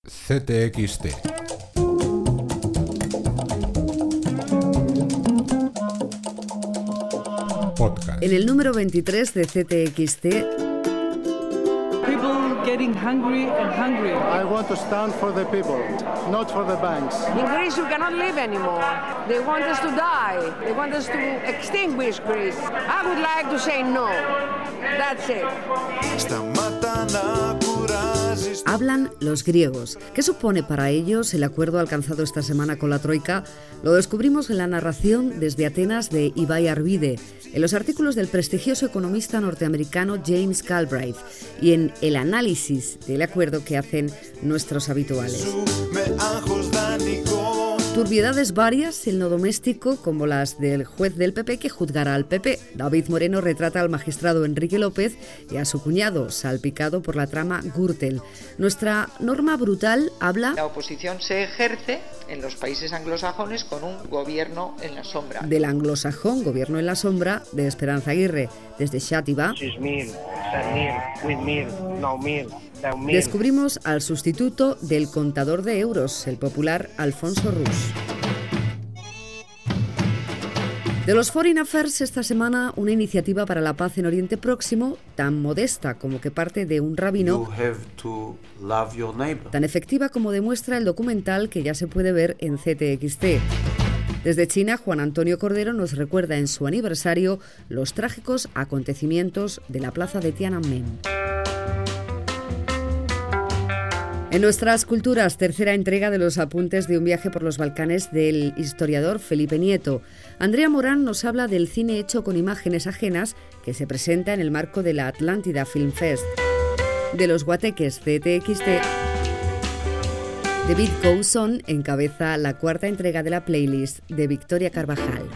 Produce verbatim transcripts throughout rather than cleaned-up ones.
C T X T. Podcast. En el número veintitrés de C T X T. People getting hungry and hungry. I want to stand for the people, not for the banks. In Greece you cannot live anymore. They want us to die. They want us to extinguish Greece. I would like to say no. That's it. Hablan los griegos. ¿Qué supone para ellos el acuerdo alcanzado esta semana con la Troika? Lo descubrimos en la narración desde Atenas de Ibai Arvide, en los artículos del prestigioso economista norteamericano James Galbraith y en el análisis del acuerdo que hacen nuestros habituales. Turbiedades varias en lo doméstico, como las del juez del P P que juzgará al P P. David Moreno retrata al magistrado Enrique López y a su cuñado, salpicado por la trama Gürtel. Nuestra norma brutal habla... La oposición se ejerce en los países anglosajones con un gobierno en la sombra. Del anglosajón gobierno en la sombra de Esperanza Aguirre, desde Xàtiva. Descubrimos al sustituto del contador de euros, el popular Alfonso Rus. De los Foreign Affairs esta semana, una iniciativa para la paz en Oriente Próximo, tan modesta como que parte de un rabino, tan efectiva como demuestra el documental que ya se puede ver en C T X T. Desde China, Juan Antonio Cordero nos recuerda en su aniversario los trágicos acontecimientos de la plaza de Tiananmen. En nuestras culturas, tercera entrega de los apuntes de un viaje por los Balcanes del historiador Felipe Nieto. Andrea Morán nos habla del cine hecho con imágenes ajenas que se presenta en el marco de la Atlántida Film Fest. De los guateques C T X T, David Couson encabeza la cuarta entrega de la playlist de Victoria Carvajal.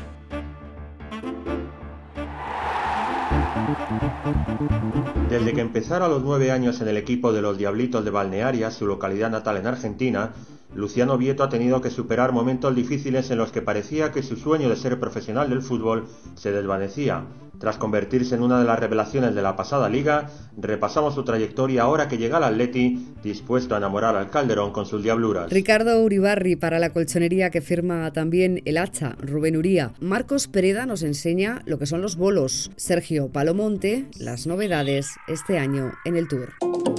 Desde que empezara a los nueve años en el equipo de los Diablitos de Balnearia, su localidad natal en Argentina, Luciano Vieto ha tenido que superar momentos difíciles en los que parecía que su sueño de ser profesional del fútbol se desvanecía. Tras convertirse en una de las revelaciones de la pasada liga, repasamos su trayectoria ahora que llega al Atleti, dispuesto a enamorar al Calderón con sus diabluras. Ricardo Uribarri para la colchonería, que firma también el hacha, Rubén Uría. Marcos Pereda nos enseña lo que son los bolos. Sergio Palomonte, las novedades este año en el Tour.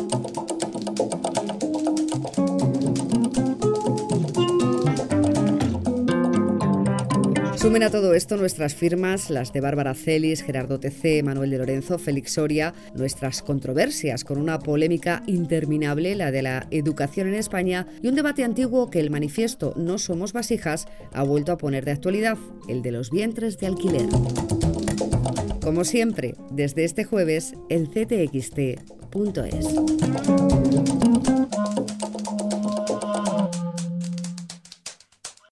Sumen a todo esto nuestras firmas, las de Bárbara Celis, Gerardo T C, Manuel de Lorenzo, Félix Soria, nuestras controversias con una polémica interminable, la de la educación en España, y un debate antiguo que el manifiesto No somos vasijas ha vuelto a poner de actualidad, el de los vientres de alquiler. Como siempre, desde este jueves en C T X T punto es.